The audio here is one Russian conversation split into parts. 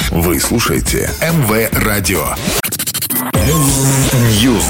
Вы слушаете МВ Радио. News.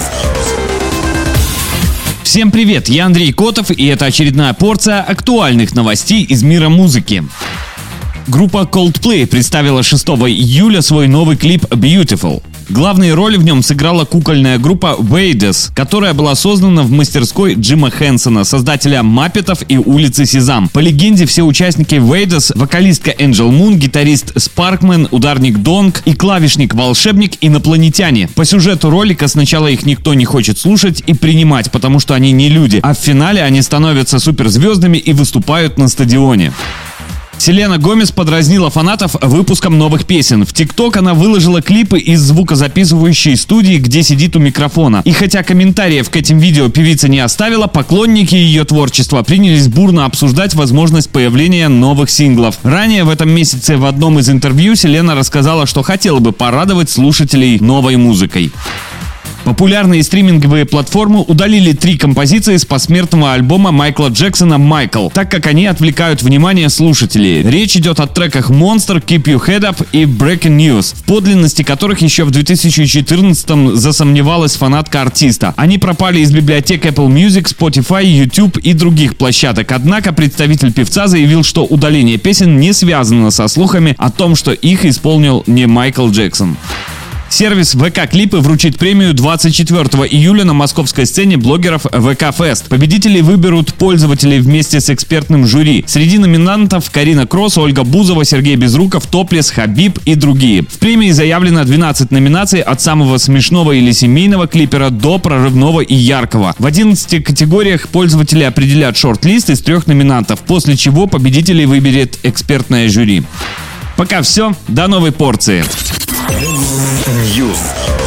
Всем привет, я Андрей Котов, и это очередная порция актуальных новостей из мира музыки. Группа Coldplay представила 6 июля свой новый клип «Beautiful». Главные роли в нем сыграла кукольная группа Vaidas, которая была создана в мастерской Джима Хэнсона, создателя «Маппетов» и «Улицы Сезам». По легенде, все участники Vaidas — вокалистка Энджел Мун, гитарист Спаркмен, ударник Донг и клавишник-волшебник — инопланетяне. По сюжету ролика сначала их никто не хочет слушать и принимать, потому что они не люди, а в финале они становятся суперзвездами и выступают на стадионе. Селена Гомес подразнила фанатов выпуском новых песен. В ТикТок она выложила клипы из звукозаписывающей студии, где сидит у микрофона. И хотя комментариев к этим видео певица не оставила, поклонники ее творчества принялись бурно обсуждать возможность появления новых синглов. Ранее в этом месяце в одном из интервью Селена рассказала, что хотела бы порадовать слушателей новой музыкой. Популярные стриминговые платформы удалили 3 композиции с посмертного альбома Майкла Джексона «Майкл», так как они отвлекают внимание слушателей. Речь идет о треках «Monster», «Keep You Head Up» и «Breaking News», в подлинности которых еще в 2014-м засомневалась фанатка артиста. Они пропали из библиотек Apple Music, Spotify, YouTube и других площадок. Однако представитель певца заявил, что удаление песен не связано со слухами о том, что их исполнил не Майкл Джексон. Сервис ВК-клипы вручит премию 24 июля на московской сцене блогеров ВК-фест. Победителей выберут пользователи вместе с экспертным жюри. Среди номинантов Карина Кросс, Ольга Бузова, Сергей Безруков, Топлес, Хабиб и другие. В премии заявлено 12 номинаций от самого смешного или семейного клипера до прорывного и яркого. В 11 категориях пользователи определят шорт-лист из 3 номинантов, после чего победителей выберет экспертное жюри. Пока все, до новой порции. News.